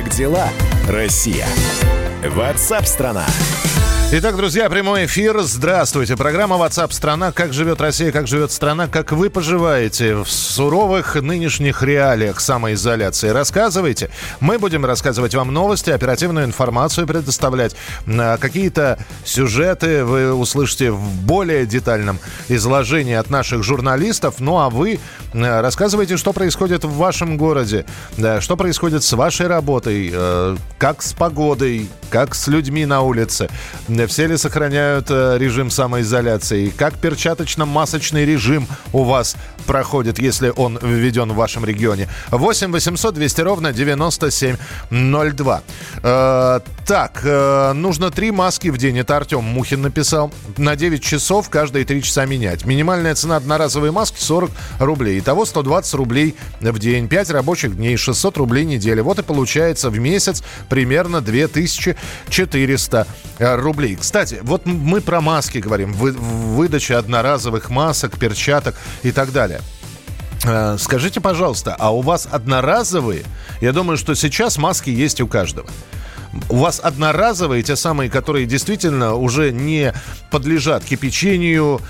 Как дела, Россия? WhatsApp-страна. Итак, друзья, прямой эфир. Здравствуйте. Программа WhatsApp страна. Как живет Россия, как живет страна, как вы поживаете в суровых нынешних реалиях самоизоляции. Рассказывайте. Мы будем рассказывать вам новости, оперативную информацию предоставлять. Какие-то сюжеты вы услышите в более детальном изложении от наших журналистов. Ну а вы рассказывайте, что происходит в вашем городе, что происходит с вашей работой, как с погодой, как с людьми на улице. Все ли сохраняют режим самоизоляции? Как перчаточно-масочный режим у вас проходит, если он введен в вашем регионе? 8 800 200 ровно 9702. Нужно 3 маски в день. Это Артем Мухин написал. На 9 часов каждые 3 часа менять. Минимальная цена одноразовой маски 40 рублей. Итого 120 рублей в день. 5 рабочих дней, 600 рублей неделя. Вот и получается в месяц примерно 2400 рублей. Кстати, вот мы про маски говорим, выдача одноразовых масок, перчаток и так далее. Скажите, пожалуйста, а у вас одноразовые? Я думаю, что сейчас маски есть у каждого. У вас одноразовые, те самые, которые действительно уже не подлежат кипячению,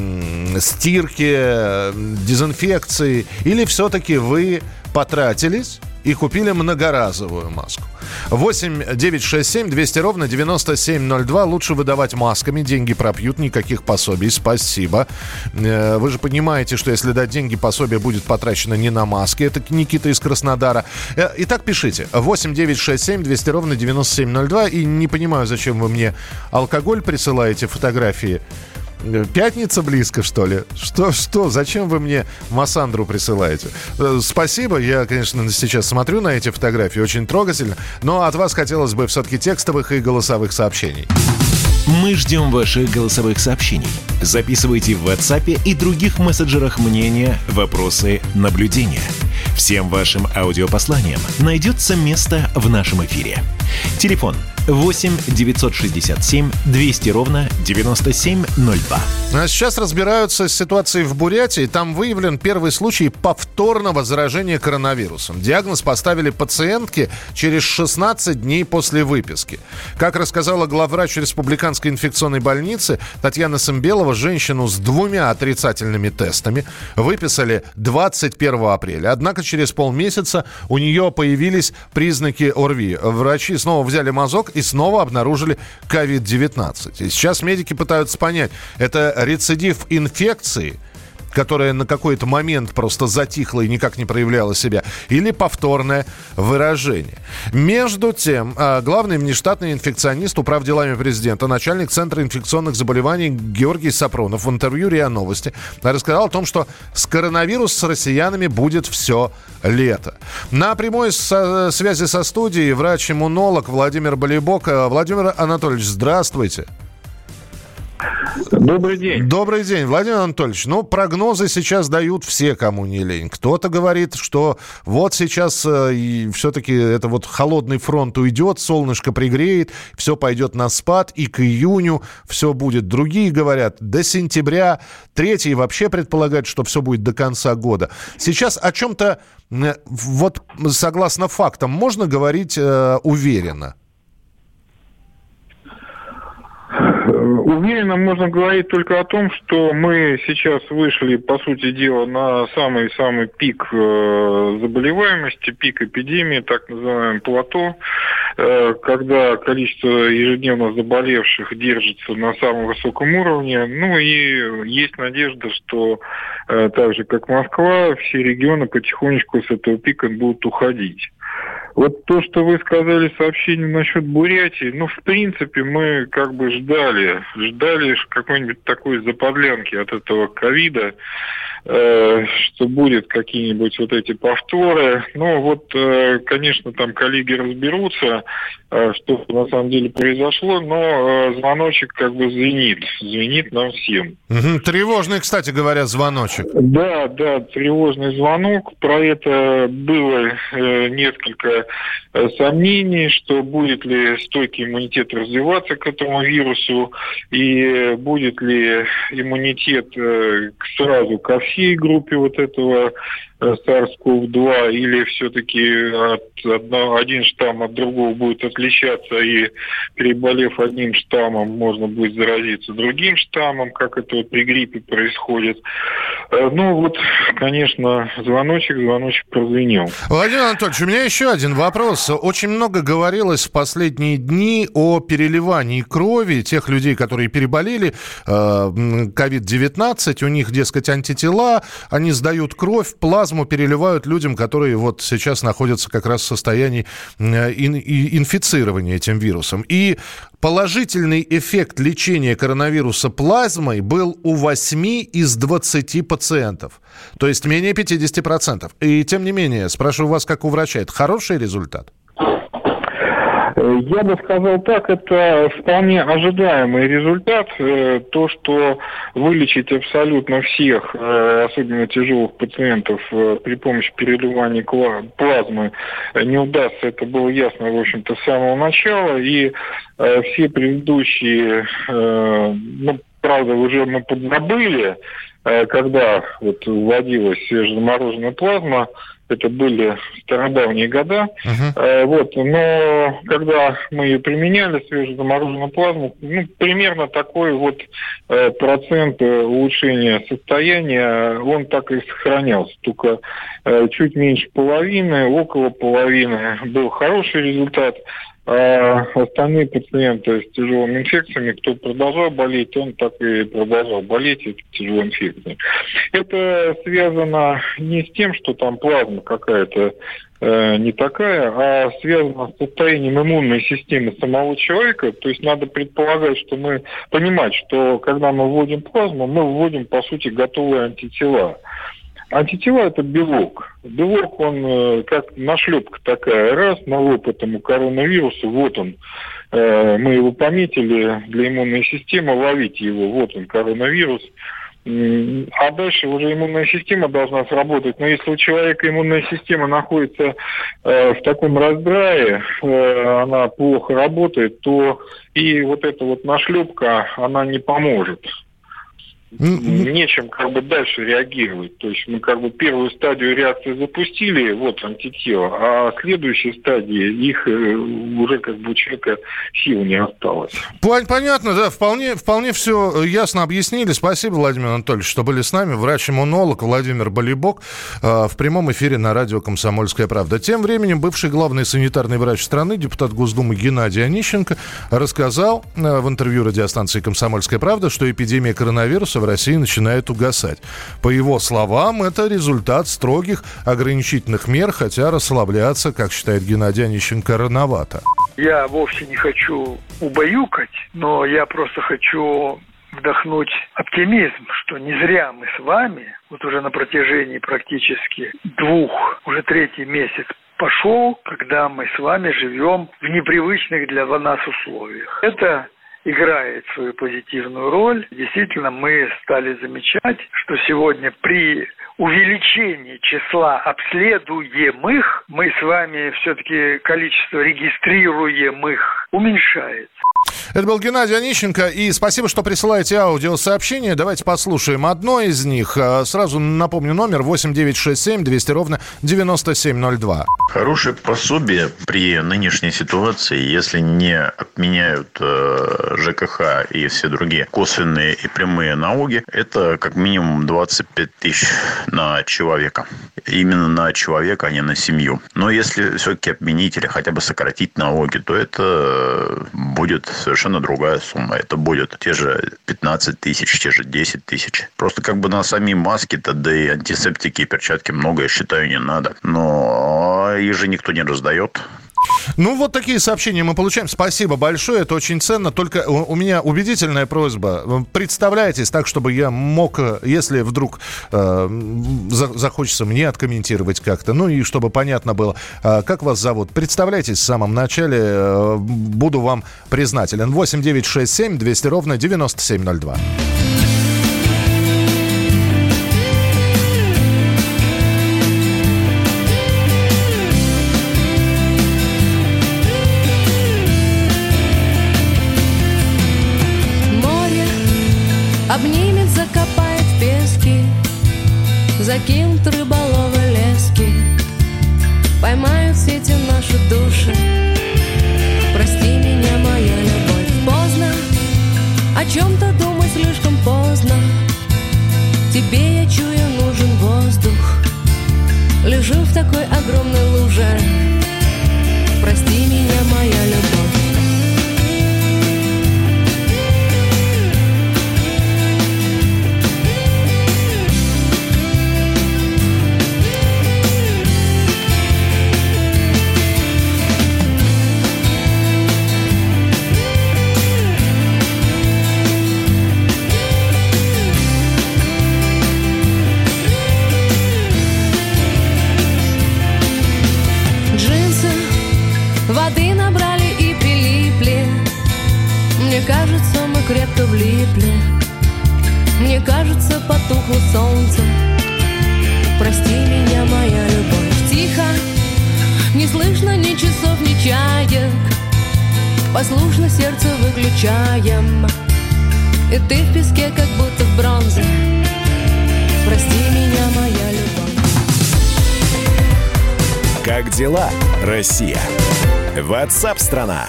стирке, дезинфекции? Или все-таки вы потратились и купили многоразовую маску? 8 967 200 ровно 9702. Лучше выдавать масками. Деньги пропьют, никаких пособий. Спасибо. Вы же понимаете, что если дать деньги, пособие будет потрачено не на маски. Это Никита из Краснодара. Итак, пишите. 8 967 200 ровно 9702. И не понимаю, зачем вы мне алкоголь присылаете, фотографии. Пятница близко, что ли? Что? Зачем вы мне массандру присылаете? Спасибо. Я, конечно, сейчас смотрю на эти фотографии. Очень трогательно. Но от вас хотелось бы все-таки текстовых и голосовых сообщений. Мы ждем ваших голосовых сообщений. Записывайте в WhatsApp и других мессенджерах мнения, вопросы, наблюдения. Всем вашим аудиопосланиям найдется место в нашем эфире. Телефон 8 967 200 ровно 9702. А сейчас разбираются с ситуацией в Бурятии. Там выявлен первый случай повторного заражения коронавирусом. Диагноз поставили пациентке через 16 дней после выписки. Как рассказала главврач Республиканской инфекционной больницы Татьяна Сымбелова, женщину с 2 отрицательными тестами выписали 21 апреля. Однако через полмесяца у нее появились признаки ОРВИ. Врачи снова взяли мазок и снова обнаружили COVID-19. И сейчас медики пытаются понять, это рецидив инфекции, которая на какой-то момент просто затихла и никак не проявляла себя, или повторное выражение. Между тем, главный внештатный инфекционист, управ делами президента, начальник Центра инфекционных заболеваний Георгий Сапронов в интервью РИА Новости рассказал о том, что с коронавирусом с россиянами будет все лето. На прямой связи со студией врач-иммунолог Владимир Болибок. Владимир Анатольевич, здравствуйте. Добрый день. Добрый день, Владимир Анатольевич. Прогнозы сейчас дают все, кому не лень. Кто-то говорит, что вот сейчас все-таки это вот холодный фронт уйдет, солнышко пригреет, все пойдет на спад, и к июню все будет. Другие говорят, до сентября. Третьи вообще предполагают, что все будет до конца года. Сейчас о чем-то, вот согласно фактам, можно говорить уверенно? Уверенно можно говорить только о том, что мы сейчас вышли, по сути дела, на самый-самый пик заболеваемости, пик эпидемии, так называемое плато, когда количество ежедневно заболевших держится на самом высоком уровне. Ну и есть надежда, что так же, как Москва, все регионы потихонечку с этого пика будут уходить. Вот то, что вы сказали сообщение насчет Бурятии, в принципе, мы как бы ждали какой-нибудь такой заподлянки от этого ковида, что будет какие-нибудь вот эти повторы. Конечно, там коллеги разберутся, что на самом деле произошло, но звоночек как бы звенит нам всем. Тревожный, кстати говоря, звоночек. Да, тревожный звонок. Про это было несколько сомнений, что будет ли стойкий иммунитет развиваться к этому вирусу, и будет ли иммунитет сразу ко всей группе вот этого SARS-CoV-2, или все-таки один штамм от другого будет отличаться, и переболев одним штаммом, можно будет заразиться другим штаммом, как это вот при гриппе происходит. Ну вот, конечно, звоночек прозвенел. Владимир Анатольевич, у меня еще один вопрос. Очень много говорилось в последние дни о переливании крови тех людей, которые переболели COVID-19, у них, дескать, антитела, они сдают кровь, плазму переливают людям, которые вот сейчас находятся как раз в состоянии инфицирования этим вирусом. И положительный эффект лечения коронавируса плазмой был у 8 из 20 пациентов, то есть менее 50%. И тем не менее, спрашиваю вас, как у врача, это хороший результат? Я бы сказал так, это вполне ожидаемый результат. То, что вылечить абсолютно всех, особенно тяжелых пациентов, при помощи переливания плазмы не удастся, это было ясно, в общем-то, с самого начала. И все предыдущие, правда, уже мы подзабыли, когда вот вводилась свежезамороженная плазма. Это были стародавние года. Но когда мы ее применяли, свежезамороженную плазму, примерно такой вот процент улучшения состояния, он так и сохранялся. Только чуть меньше половины, около половины был хороший результат. А остальные пациенты с тяжелыми инфекциями, кто продолжал болеть, он так и продолжал болеть этой тяжелой инфекцией. Это связано не с тем, что там плазма какая-то не такая, а связано с состоянием иммунной системы самого человека. То есть надо предполагать, понимать, что когда мы вводим плазму, мы вводим, по сути, готовые антитела. Антитела – это белок. Белок, он как нашлепка такая. Раз, на лоб этому коронавирусу, вот он. Мы его пометили для иммунной системы, ловите его, вот он, коронавирус. А дальше уже иммунная система должна сработать. Но если у человека иммунная система находится в таком раздрае, она плохо работает, то и вот эта вот нашлепка, она не поможет. Нечем дальше реагировать. То есть мы первую стадию реакции запустили, вот антитела, а следующей стадии их уже у человека сил не осталось. Понятно, да, вполне все ясно объяснили. Спасибо, Владимир Анатольевич, что были с нами. Врач-иммунолог Владимир Балибок в прямом эфире на радио «Комсомольская правда». Тем временем бывший главный санитарный врач страны, депутат Госдумы Геннадий Онищенко рассказал в интервью радиостанции «Комсомольская правда», что эпидемия коронавируса в России начинает угасать. По его словам, это результат строгих ограничительных мер, хотя расслабляться, как считает Геннадий Онищенко, рановато. Я вовсе не хочу убаюкать, но я просто хочу вдохнуть оптимизм, что не зря мы с вами, вот уже на протяжении практически уже 3-й месяц пошел, когда мы с вами живем в непривычных для нас условиях. Это играет свою позитивную роль. Действительно, мы стали замечать, что сегодня при увеличении числа обследуемых мы с вами все-таки количество регистрируемых уменьшается. Это был Геннадий Онищенко. И спасибо, что присылаете аудиосообщения. Давайте послушаем одно из них. Сразу напомню номер 8967-200-97-02. Хорошее пособие при нынешней ситуации, если не отменяют ЖКХ и все другие косвенные и прямые налоги, это как минимум 25 тысяч на человека. Именно на человека, а не на семью. Но если все-таки отменить или хотя бы сократить налоги, то это будет совершенно другая сумма. Это будет те же 15 тысяч, те же 10 тысяч. Просто на сами маски-то, да и антисептики, и перчатки много, я считаю, не надо. Но их же никто не раздает. Вот такие сообщения мы получаем. Спасибо большое, это очень ценно. Только у меня убедительная просьба. Представляйтесь так, чтобы я мог, если вдруг захочется мне откомментировать как-то, и чтобы понятно было, как вас зовут. Представляйтесь в самом начале, буду вам признателен. 8967-200-97-02. Обнимет, закопает в пески, закинут рыболова лес. чем-то думай слишком поздно. Тебе, я чую, нужен воздух. Лежу в такой огромной луже. Прости меня, моя любовь. Воды набрали и прилипли. Мне кажется, мы крепко влипли. Мне кажется, потухло солнце. Прости меня, моя любовь. Тихо, не слышно ни часов, ни чаек. Послушно сердце выключаем. И ты в песке, как будто в бронзе. Прости меня, моя любовь. Как дела, Россия? WhatsApp-страна.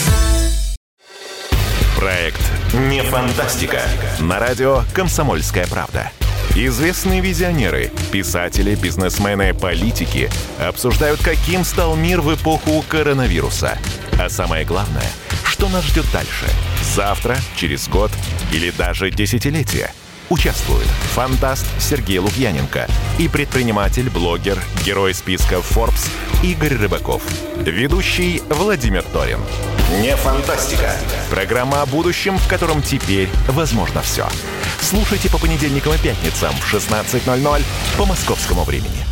Проект «Не фантастика». На радио «Комсомольская правда». Известные визионеры, писатели, бизнесмены, политики обсуждают, каким стал мир в эпоху коронавируса. А самое главное, что нас ждет дальше? Завтра, через год или даже десятилетие? Участвуют фантаст Сергей Лукьяненко и предприниматель, блогер, герой списка Forbes Игорь Рыбаков. Ведущий Владимир Торин. Не фантастика. Программа о будущем, в котором теперь возможно все. Слушайте по понедельникам и пятницам в 16:00 по московскому времени.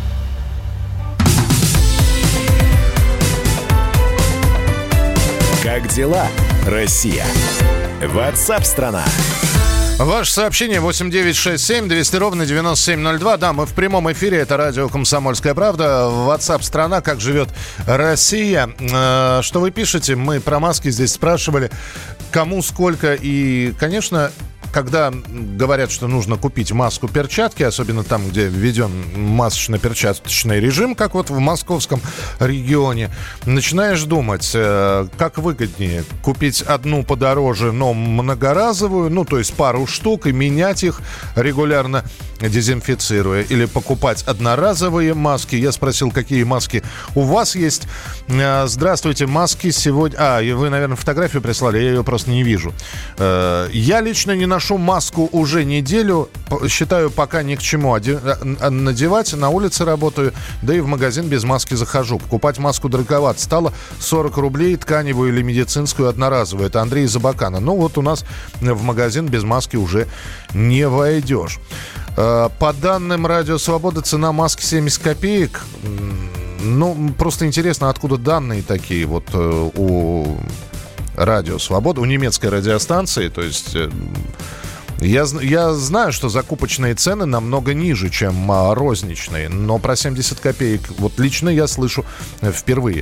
Как дела, Россия? WhatsApp-страна. Ваше сообщение 8967-200-97-02. Да, мы в прямом эфире. Это радио «Комсомольская правда». WhatsApp-страна. Как живет Россия? Что вы пишете? Мы про маски здесь спрашивали. Кому, сколько. И, конечно, когда говорят, что нужно купить маску, перчатки, особенно там, где введен масочно-перчаточный режим, как вот в московском регионе, начинаешь думать, как выгоднее купить одну подороже, но многоразовую, ну, то есть пару штук, и менять их регулярно, дезинфицируя, или покупать одноразовые маски. Я спросил, какие маски у вас есть. Здравствуйте, маски сегодня... вы, наверное, фотографию прислали, я ее просто не вижу. Я лично не ношу маску уже неделю. Считаю, пока ни к чему надевать. На улице работаю, да и в магазин без маски захожу. Покупать маску дороговато стало. 40 рублей, тканевую или медицинскую одноразовую. Это Андрей из Абакана. Ну вот у нас в магазин без маски уже не войдешь. По данным Радио Свобода, цена маски 70 копеек. Ну, просто интересно, откуда данные такие вот у Радио Свобода, у немецкой радиостанции. То есть я знаю, что закупочные цены намного ниже, чем розничные, но про 70 копеек вот лично я слышу впервые.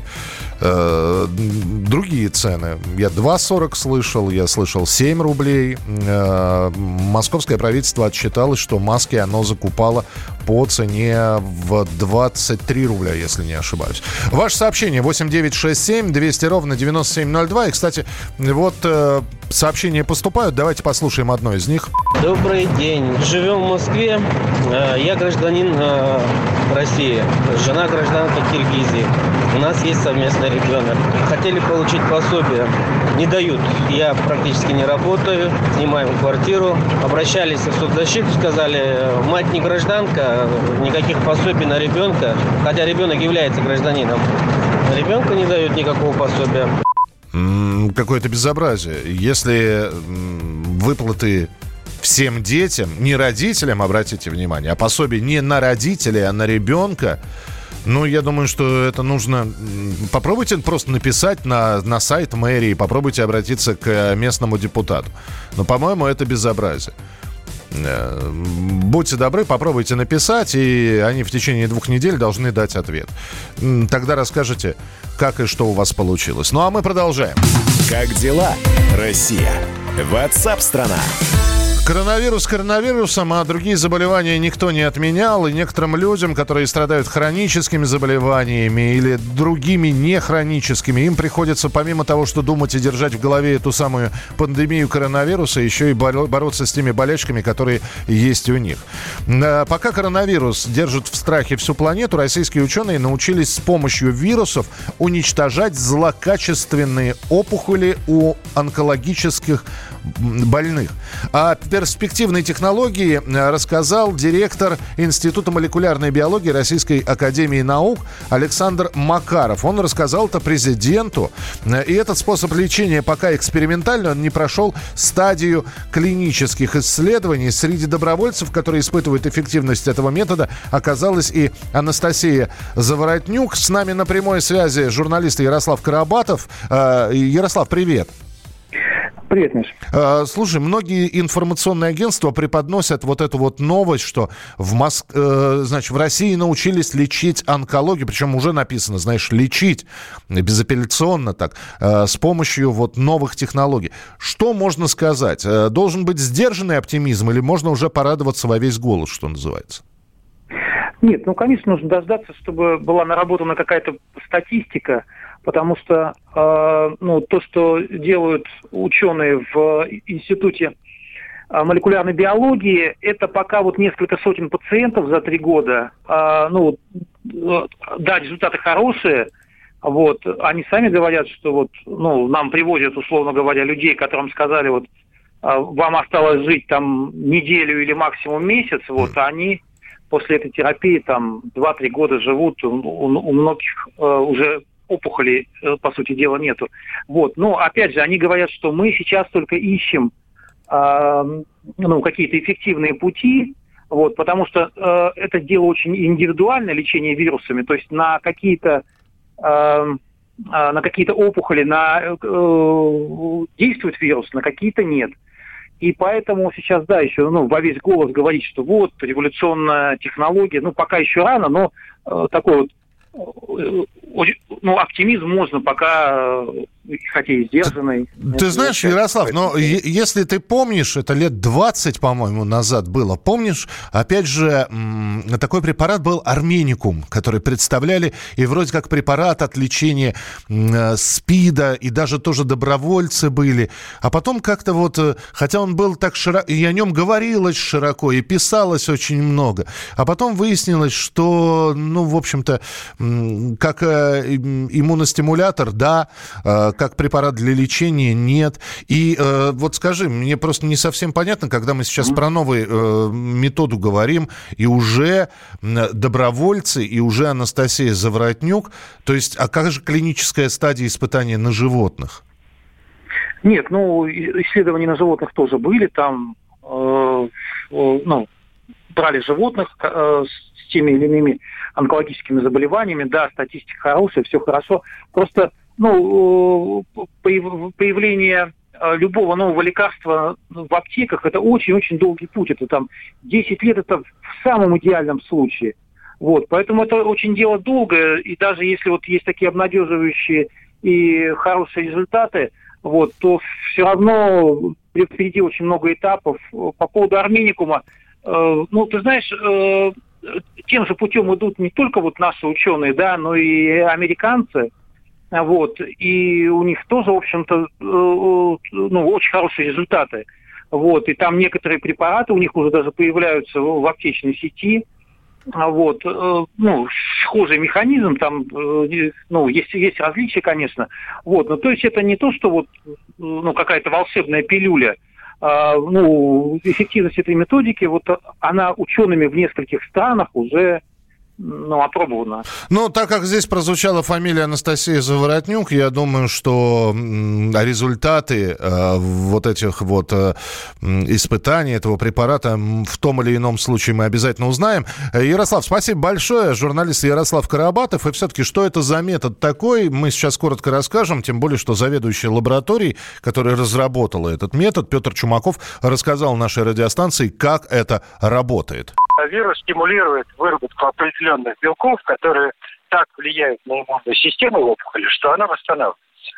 Другие цены. Я 2,40 слышал, я слышал 7 рублей. Московское правительство отчиталось, что маски оно закупало по цене в 23 рубля, если не ошибаюсь. Ваше сообщение 8967-200-97-02. И, кстати, вот сообщения поступают. Давайте послушаем одно из них. Добрый день. Живем в Москве. Я гражданин России. Жена гражданка Киргизии. У нас есть совместный ребенок. Хотели получить пособие. Не дают. Я практически не работаю. Снимаем квартиру. Обращались в соцзащиту. Сказали, мать не гражданка. Никаких пособий на ребенка. Хотя ребенок является гражданином. Ребенку не дают никакого пособия. Какое-то безобразие. Если выплаты всем детям, не родителям, обратите внимание, а пособие не на родителей, а на ребенка, ну, я думаю, что это нужно... Попробуйте просто написать на сайт мэрии, попробуйте обратиться к местному депутату. Но, по-моему, это безобразие. Будьте добры, попробуйте написать, и они в течение 2 недель должны дать ответ. Тогда расскажете, как и что у вас получилось. Ну, а мы продолжаем. Как дела, Россия? WhatsApp-страна. Коронавирус коронавирусом, а другие заболевания никто не отменял. И некоторым людям, которые страдают хроническими заболеваниями или другими нехроническими, им приходится помимо того, что думать и держать в голове эту самую пандемию коронавируса, еще и бороться с теми болячками, которые есть у них. Пока коронавирус держит в страхе всю планету, российские ученые научились с помощью вирусов уничтожать злокачественные опухоли у онкологических больных. О перспективной технологии рассказал директор Института молекулярной биологии Российской академии наук Александр Макаров. Он рассказал это президенту. И этот способ лечения пока экспериментальный, он не прошел стадию клинических исследований. Среди добровольцев, которые испытывают эффективность этого метода, оказалась и Анастасия Заворотнюк. С нами на прямой связи журналист Ярослав Карабатов. Ярослав, привет. Привет, Миш. Слушай, многие информационные агентства преподносят вот эту вот новость, что в России научились лечить онкологию, причем уже написано, знаешь, лечить безапелляционно так, с помощью вот новых технологий. Что можно сказать? Должен быть сдержанный оптимизм или можно уже порадоваться во весь голос, что называется? Нет, конечно, нужно дождаться, чтобы была наработана какая-то статистика, потому что то, что делают ученые в Институте молекулярной биологии, это пока вот несколько сотен пациентов за 3 года. Да, результаты хорошие. Они сами говорят, что нам привозят, условно говоря, людей, которым сказали, вам осталось жить там неделю или максимум месяц, а они после этой терапии там 2-3 года живут, у многих уже опухолей, по сути дела, нету. Но, опять же, они говорят, что мы сейчас только ищем какие-то эффективные пути, потому что это дело очень индивидуальное, лечение вирусами, то есть на какие-то опухоли действует вирус, на какие-то нет. И поэтому сейчас, еще во весь голос говорить, что революционная технология, пока еще рано, но такой оптимизм можно пока, хотя и сдержанный. Ты знаешь, Ярослав, если ты помнишь, это лет 20, по-моему, назад было, помнишь, опять же, такой препарат был арменикум, который представляли, и вроде как препарат от лечения СПИДа, и даже тоже добровольцы были. А потом как-то хотя он был так широко, и о нем говорилось широко, и писалось очень много, а потом выяснилось, что, в общем-то, как иммуностимулятор, да, как препарат для лечения, нет. И скажи, мне просто не совсем понятно, когда мы сейчас про новую методу говорим, и уже добровольцы, и уже Анастасия Заворотнюк, то есть, а как же клиническая стадия испытания на животных? Нет, исследования на животных тоже были, там, брали животных с теми или иными онкологическими заболеваниями, да, статистика хорошая, все хорошо. Просто, появление любого нового лекарства в аптеках – это очень-очень долгий путь. Это там 10 лет, это в самом идеальном случае. Поэтому это очень дело долгое, и даже если есть такие обнадеживающие и хорошие результаты, то все равно впереди очень много этапов. По поводу арменикума, ты знаешь, тем же путем идут не только наши ученые, да, но и американцы. И у них тоже, в общем-то, очень хорошие результаты. И там некоторые препараты у них уже даже появляются в аптечной сети. Схожий механизм, там, есть различия, конечно. Но то есть это не то, что какая-то волшебная пилюля. Эффективность этой методики, она учеными в нескольких странах уже опробована. Так как здесь прозвучала фамилия Анастасия Заворотнюк, я думаю, что результаты этих испытаний этого препарата в том или ином случае мы обязательно узнаем. Ярослав, спасибо большое. Журналист Ярослав Карабатов. И все-таки, что это за метод такой, мы сейчас коротко расскажем, тем более, что заведующий лабораторией, которая разработала этот метод, Петр Чумаков, рассказал нашей радиостанции, как это работает. Вирус стимулирует выработку определенных белков, которые так влияют на иммунную систему опухоли, что она восстанавливается.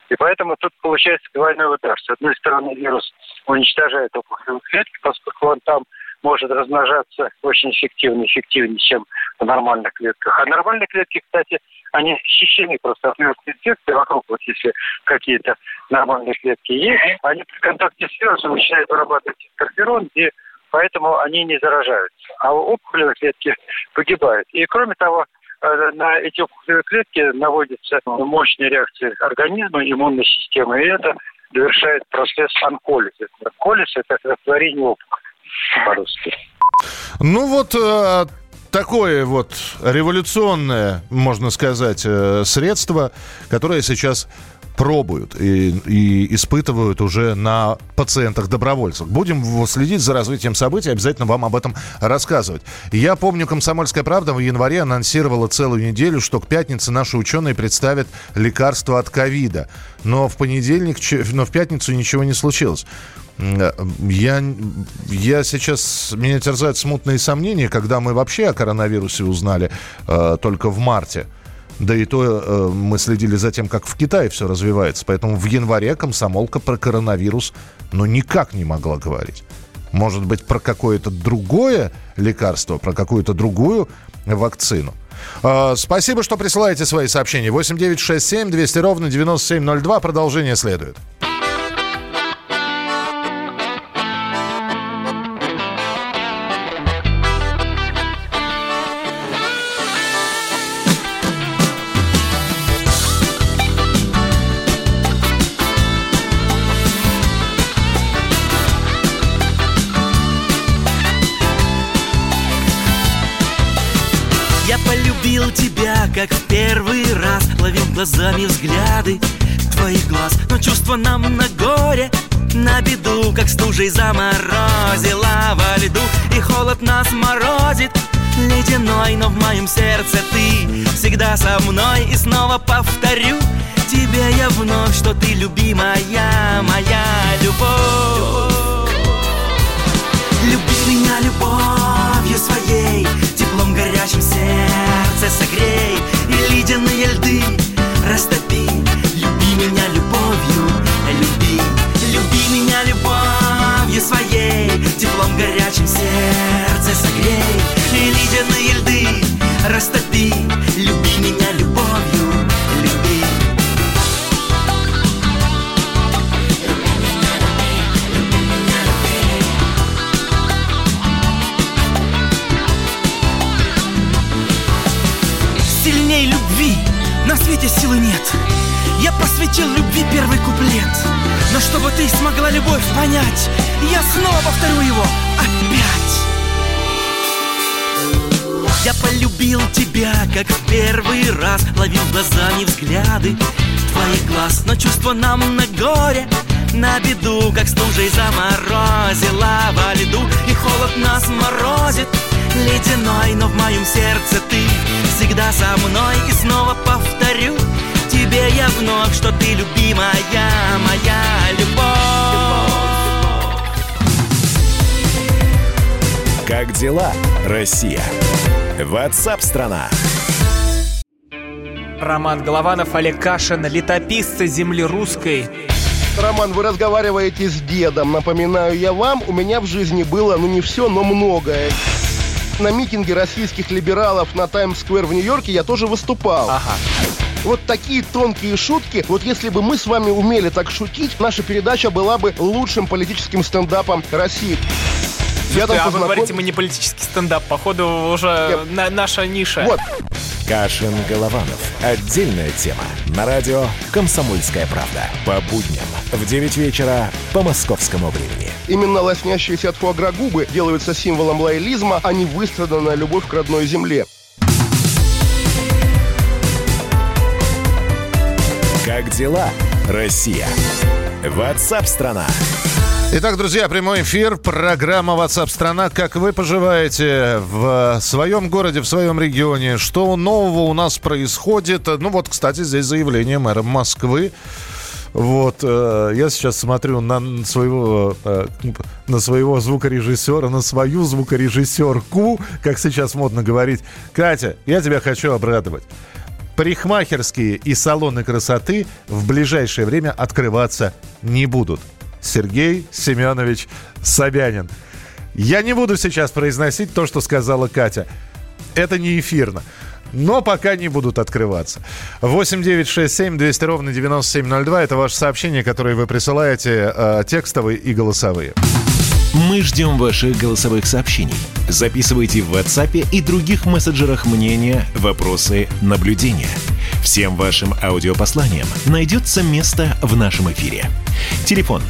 И поэтому тут получается двойной удар. С одной стороны, вирус уничтожает опухолевые клетки, поскольку он там может размножаться очень эффективнее, чем в нормальных клетках. А нормальные клетки, кстати, они защищены просто от вирусной инфекции. Вокруг, вот если какие-то нормальные клетки есть, они при контакте с вирусом начинают вырабатывать интерферон, и поэтому они не заражаются. А опухолевые клетки погибают. И кроме того, на эти опухолевые клетки наводится мощная реакция организма, иммунной системы, и это довершает процесс онколиза. Онколиз – это растворение опухоли по-русски. Ну вот такое вот революционное, можно сказать, средство, которое сейчас пробуют и испытывают уже на пациентах-добровольцах. Будем следить за развитием событий, обязательно вам об этом рассказывать. Я помню, «Комсомольская правда» в январе анонсировала целую неделю, что к пятнице наши ученые представят лекарство от ковида. Но в пятницу ничего не случилось. Меня терзают смутные сомнения, когда мы вообще о коронавирусе узнали только в марте. Да и то мы следили за тем, как в Китае все развивается. Поэтому в январе «Комсомолка» про коронавирус никак не могла говорить. Может быть, про какое-то другое лекарство, про какую-то другую вакцину. Спасибо, что присылаете свои сообщения. 8 9 6 7 200 ровно 9702. Продолжение следует. Как в первый раз ловил глазами взгляды твоих глаз. Но чувство нам на горе, на беду, как стужей заморозила во льду. И холод нас морозит ледяной, но в моем сердце ты всегда со мной. И снова повторю тебе я вновь, что ты любимая, моя любовь. Люби меня любовью своей, теплом горячим сердце согрей и ледяные льды растопи. Люби меня любовью, люби. Люби меня любовью своей, теплом горячим сердце согрей и ледяные льды растопи. Люби меня любовью, люби. Сильней любви на свете силы нет. Я посвятил любви первый куплет. Но чтобы ты смогла любовь понять, я снова повторю его опять. Я полюбил тебя, как в первый раз, ловил глазами взгляды твоих глаз. Но чувство нам на горе, на беду, как стужей заморозила во льду. И холод нас морозит ледяной, но в моем сердце ты всегда со мной. И снова повторю тебе я вновь, что ты любимая, моя любовь. Как дела, Россия? WhatsApp-страна. Роман Голованов, Олег Кашин, летописцы земли русской. Роман, вы разговариваете с дедом. Напоминаю я вам, у меня в жизни было, не все, но многое. На митинге российских либералов на Таймс-сквер в Нью-Йорке я тоже выступал. Ага. Вот такие тонкие шутки. Вот если бы мы с вами умели так шутить, наша передача была бы лучшим политическим стендапом России. Слушайте, вы говорите, мы не политический стендап. Походу, уже наша ниша. Вот. Кашин, Голованов. Отдельная тема. На радио «Комсомольская правда». По будням в 9 вечера по московскому времени. Именно лоснящиеся от фуагра губы делаются символом лоялизма, а не выстраданная любовь к родной земле. Как дела, Россия? WhatsApp-страна. Итак, друзья, прямой эфир, программа WhatsApp-страна. Как вы поживаете в своем городе, в своем регионе? Что нового у нас происходит? Ну вот, кстати, здесь заявление мэра Москвы. Вот, я сейчас смотрю на своего звукорежиссера, на свою звукорежиссерку, как сейчас модно говорить. Катя, я тебя хочу обрадовать. Парикмахерские и салоны красоты в ближайшее время открываться не будут. Сергей Семенович Собянин. Я не буду сейчас произносить то, что сказала Катя. Это не эфирно. Но пока не будут открываться. 8-967-200-97-02. Это ваши сообщения, которые вы присылаете, текстовые и голосовые. Мы ждем ваших голосовых сообщений. Записывайте в WhatsApp и других мессенджерах мнения, вопросы, наблюдения. Всем вашим аудиопосланиям найдется место в нашем эфире. Телефон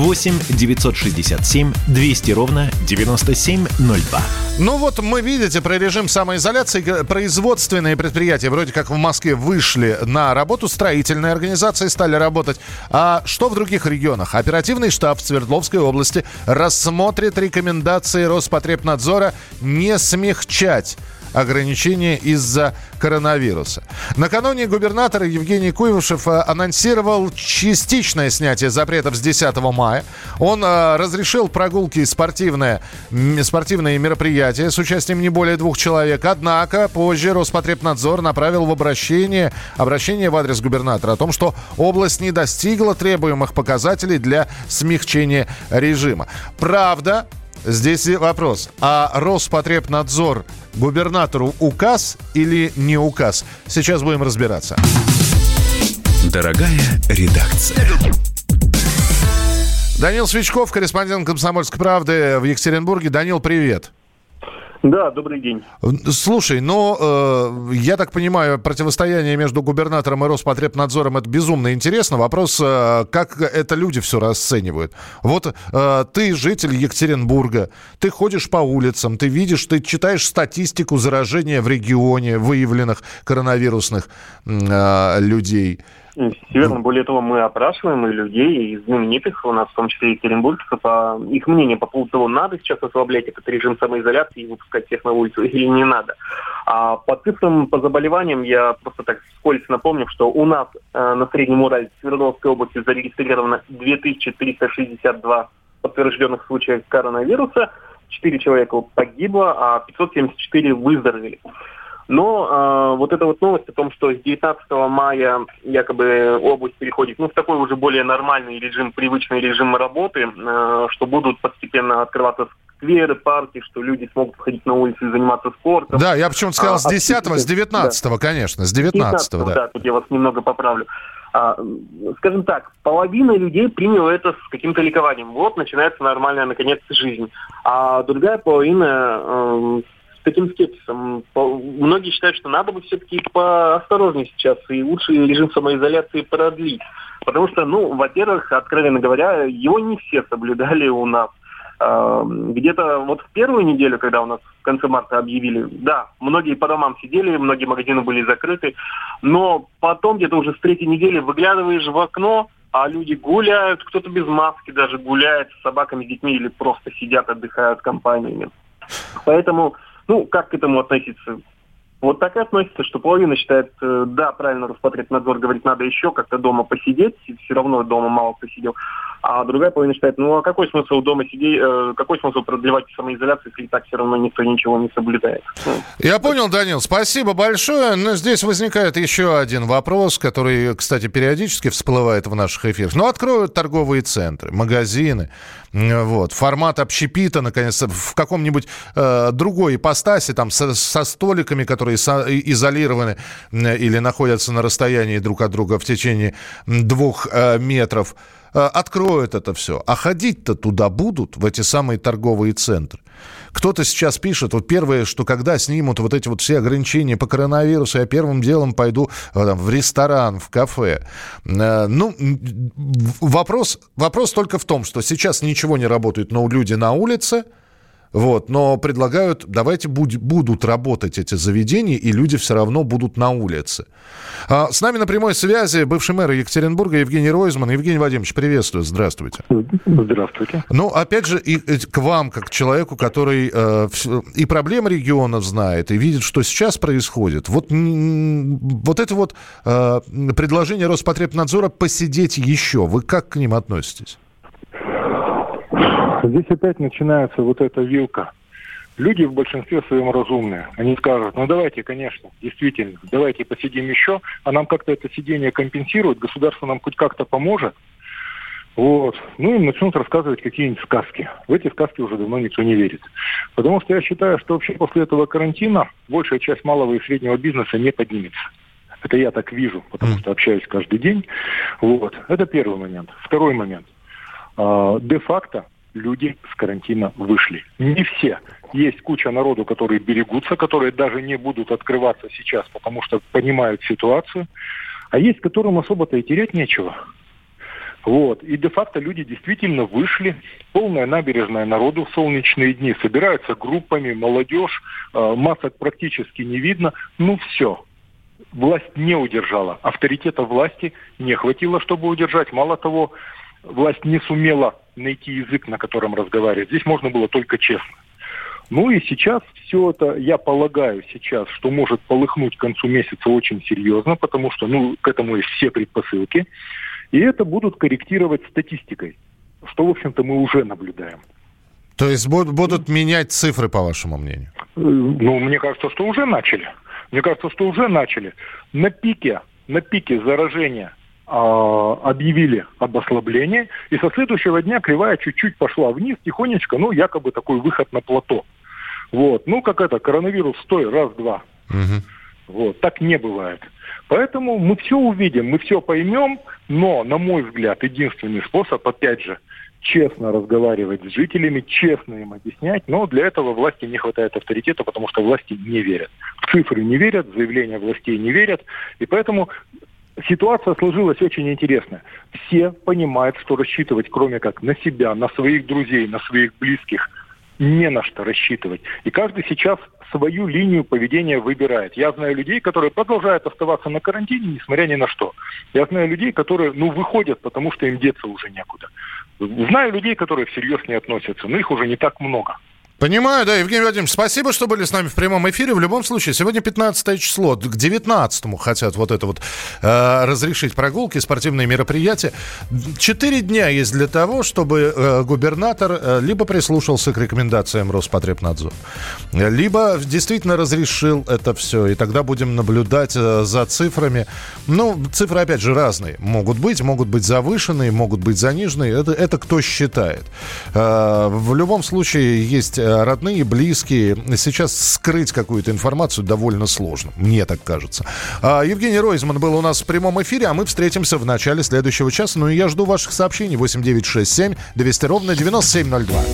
8-967-200-97-02. Ну вот мы, видите, про режим самоизоляции. Производственные предприятия вроде как в Москве вышли на работу, строительные организации стали работать. А что в других регионах? Оперативный штаб в Свердловской области рассмотрит рекомендации Роспотребнадзора не смягчать ограничения из-за коронавируса. Накануне губернатор Евгений Куйвашев анонсировал частичное снятие запретов с 10 мая. Он разрешил прогулки и спортивные мероприятия с участием не более 2 человек. Однако позже Роспотребнадзор направил в обращение в адрес губернатора о том, что область не достигла требуемых показателей для смягчения режима. Правда, здесь вопрос. А Роспотребнадзор губернатору указ или не указ? Сейчас будем разбираться. Дорогая редакция. Данил Свичков, корреспондент «Комсомольской правды» в Екатеринбурге. Данил, привет. Да, добрый день. Слушай, я так понимаю, противостояние между губернатором и Роспотребнадзором — это безумно интересно. Вопрос, как это люди все расценивают. Вот ты житель Екатеринбурга, ты ходишь по улицам, ты видишь, ты читаешь статистику заражения в регионе выявленных коронавирусных людей. Верно. Более того, мы опрашиваем и людей, и знаменитых, у нас в том числе и екатеринбуржцев, их мнение по поводу того, надо сейчас ослаблять этот режим самоизоляции и выпускать всех на улицу или не надо. А по цифрам, по заболеваниям я просто так вскользь напомню, что у нас на Среднем Урале в Свердловской области зарегистрировано 2362 подтвержденных случаев коронавируса, 4 человека погибло, а 574 выздоровели. Но вот эта вот новость о том, что с 19 мая якобы область переходит в такой уже более нормальный режим, привычный режим работы, что будут постепенно открываться скверы, парки, что люди смогут ходить на улицу и заниматься спортом. Да, я почему-то сказал с 10-го, с 19-го, да. Конечно, с 19-го, да. Да, тут я вас немного поправлю. Скажем так, половина людей приняла это с каким-то ликованием. Вот, начинается нормальная, наконец, жизнь. А другая половина с таким скепсисом. Многие считают, что надо бы все-таки поосторожнее сейчас и лучше режим самоизоляции продлить. Потому что, во-первых, откровенно говоря, его не все соблюдали у нас. Где-то вот в первую неделю, когда у нас в конце марта объявили, да, многие по домам сидели, многие магазины были закрыты, но потом где-то уже с 3-й недели выглядываешь в окно, а люди гуляют, кто-то без маски даже гуляет с собаками, с детьми или просто сидят, отдыхают компаниями. Поэтому, как к этому относиться? Вот так и относится, что половина считает, да, правильно, Роспотребнадзор говорит, надо еще как-то дома посидеть, все равно дома мало кто сидел. А другая половина считает, а какой смысл дома сидеть, какой смысл продлевать самоизоляцию, если и так все равно никто ничего не соблюдает. Я понял, Данил, спасибо большое. Но здесь возникает еще один вопрос, который, кстати, периодически всплывает в наших эфирах. Откроют торговые центры, магазины, формат общепита, наконец, в каком-нибудь другой ипостаси, там, со столиками, которые изолированы или находятся на расстоянии друг от друга в течение 2 метров. Откроют это все. А ходить-то туда будут, в эти самые торговые центры. Кто-то сейчас пишет, первое, что когда снимут вот эти все ограничения по коронавирусу, я первым делом пойду в ресторан, в кафе. Вопрос только в том, что сейчас ничего не работает, но люди на улице. Но предлагают, давайте будут работать эти заведения, и люди все равно будут на улице. С нами на прямой связи бывший мэр Екатеринбурга Евгений Ройзман. Евгений Вадимович, приветствую, здравствуйте. Здравствуйте. Опять же, и к вам, как к человеку, который и проблемы региона знает, и видит, что сейчас происходит. Вот это предложение Роспотребнадзора посидеть еще, вы как к ним относитесь? Здесь опять начинается эта вилка. Люди в большинстве своем разумные. Они скажут, ну давайте, конечно, действительно, давайте посидим еще, а нам как-то это сидение компенсирует, государство нам хоть как-то поможет. Вот. Ну и начнут рассказывать какие-нибудь сказки. В эти сказки уже давно никто не верит. Потому что я считаю, что вообще после этого карантина большая часть малого и среднего бизнеса не поднимется. Это я так вижу, потому что общаюсь каждый день. Вот. Это первый момент. Второй момент. Де-факто люди с карантина вышли. Не все. Есть куча народу, которые берегутся, которые даже не будут открываться сейчас, потому что понимают ситуацию. А есть, которым особо-то и терять нечего. Вот. И де-факто люди действительно вышли. Полная набережная народу в солнечные дни. Собираются группами, молодежь. Масок практически не видно. Ну все. Власть не удержала. Авторитета власти не хватило, чтобы удержать. Мало того, власть не сумела найти язык, на котором разговаривать. Здесь можно было только честно. Ну и сейчас все это, я полагаю сейчас, что может полыхнуть к концу месяца очень серьезно, потому что, к этому есть все предпосылки. И это будут корректировать статистикой, что, в общем-то, мы уже наблюдаем. То есть будут менять цифры, по вашему мнению? Мне кажется, что уже начали. На пике заражения объявили об ослаблении, и со следующего дня кривая чуть-чуть пошла вниз, тихонечко, якобы такой выход на плато. Вот. Коронавирус стой, раз-два. Угу. Вот. Так не бывает. Поэтому мы все увидим, мы все поймем, но, на мой взгляд, единственный способ, опять же, честно разговаривать с жителями, честно им объяснять, но для этого власти не хватает авторитета, потому что власти не верят. В цифры не верят, в заявления властей не верят, и поэтому ситуация сложилась очень интересная. Все понимают, что рассчитывать, кроме как на себя, на своих друзей, на своих близких, не на что рассчитывать. И каждый сейчас свою линию поведения выбирает. Я знаю людей, которые продолжают оставаться на карантине, несмотря ни на что. Я знаю людей, которые, выходят, потому что им деться уже некуда. Знаю людей, которые всерьез не относятся, но их уже не так много. Понимаю, да, Евгений Владимирович, спасибо, что были с нами в прямом эфире. В любом случае, сегодня 15 число, к 19-му хотят разрешить прогулки, спортивные мероприятия. 4 дня есть для того, чтобы губернатор либо прислушался к рекомендациям Роспотребнадзора, либо действительно разрешил это все, и тогда будем наблюдать за цифрами. Цифры, опять же, разные. Могут быть завышенные, могут быть заниженные. Это кто считает. В любом случае, есть родные, близкие. Сейчас скрыть какую-то информацию довольно сложно. Мне так кажется. Евгений Ройзман был у нас в прямом эфире, а мы встретимся в начале следующего часа. И я жду ваших сообщений. 8-967-200-97-02.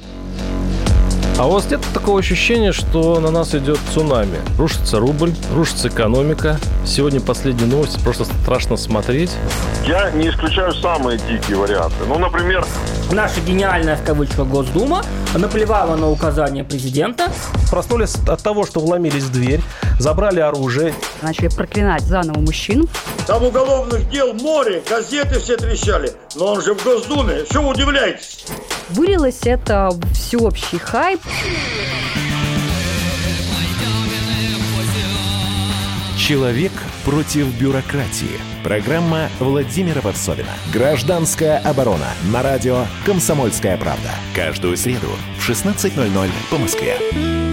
А у вас нет такого ощущения, что на нас идет цунами? Рушится рубль, рушится экономика. Сегодня последние новости, просто страшно смотреть. Я не исключаю самые дикие варианты. Например... Наша гениальная, в кавычках, Госдума наплевала на указания президента. Проснулись от того, что вломились в дверь, забрали оружие. Начали проклинать заново мужчин. Там уголовных дел море, газеты все трещали. Но он же в Госдуме, что вы удивляетесь? Вылилось это в всеобщий хайп. Человек против бюрократии. Программа Владимира Варсовина. Гражданская оборона. На радио «Комсомольская правда». Каждую среду в 16:00 по Москве.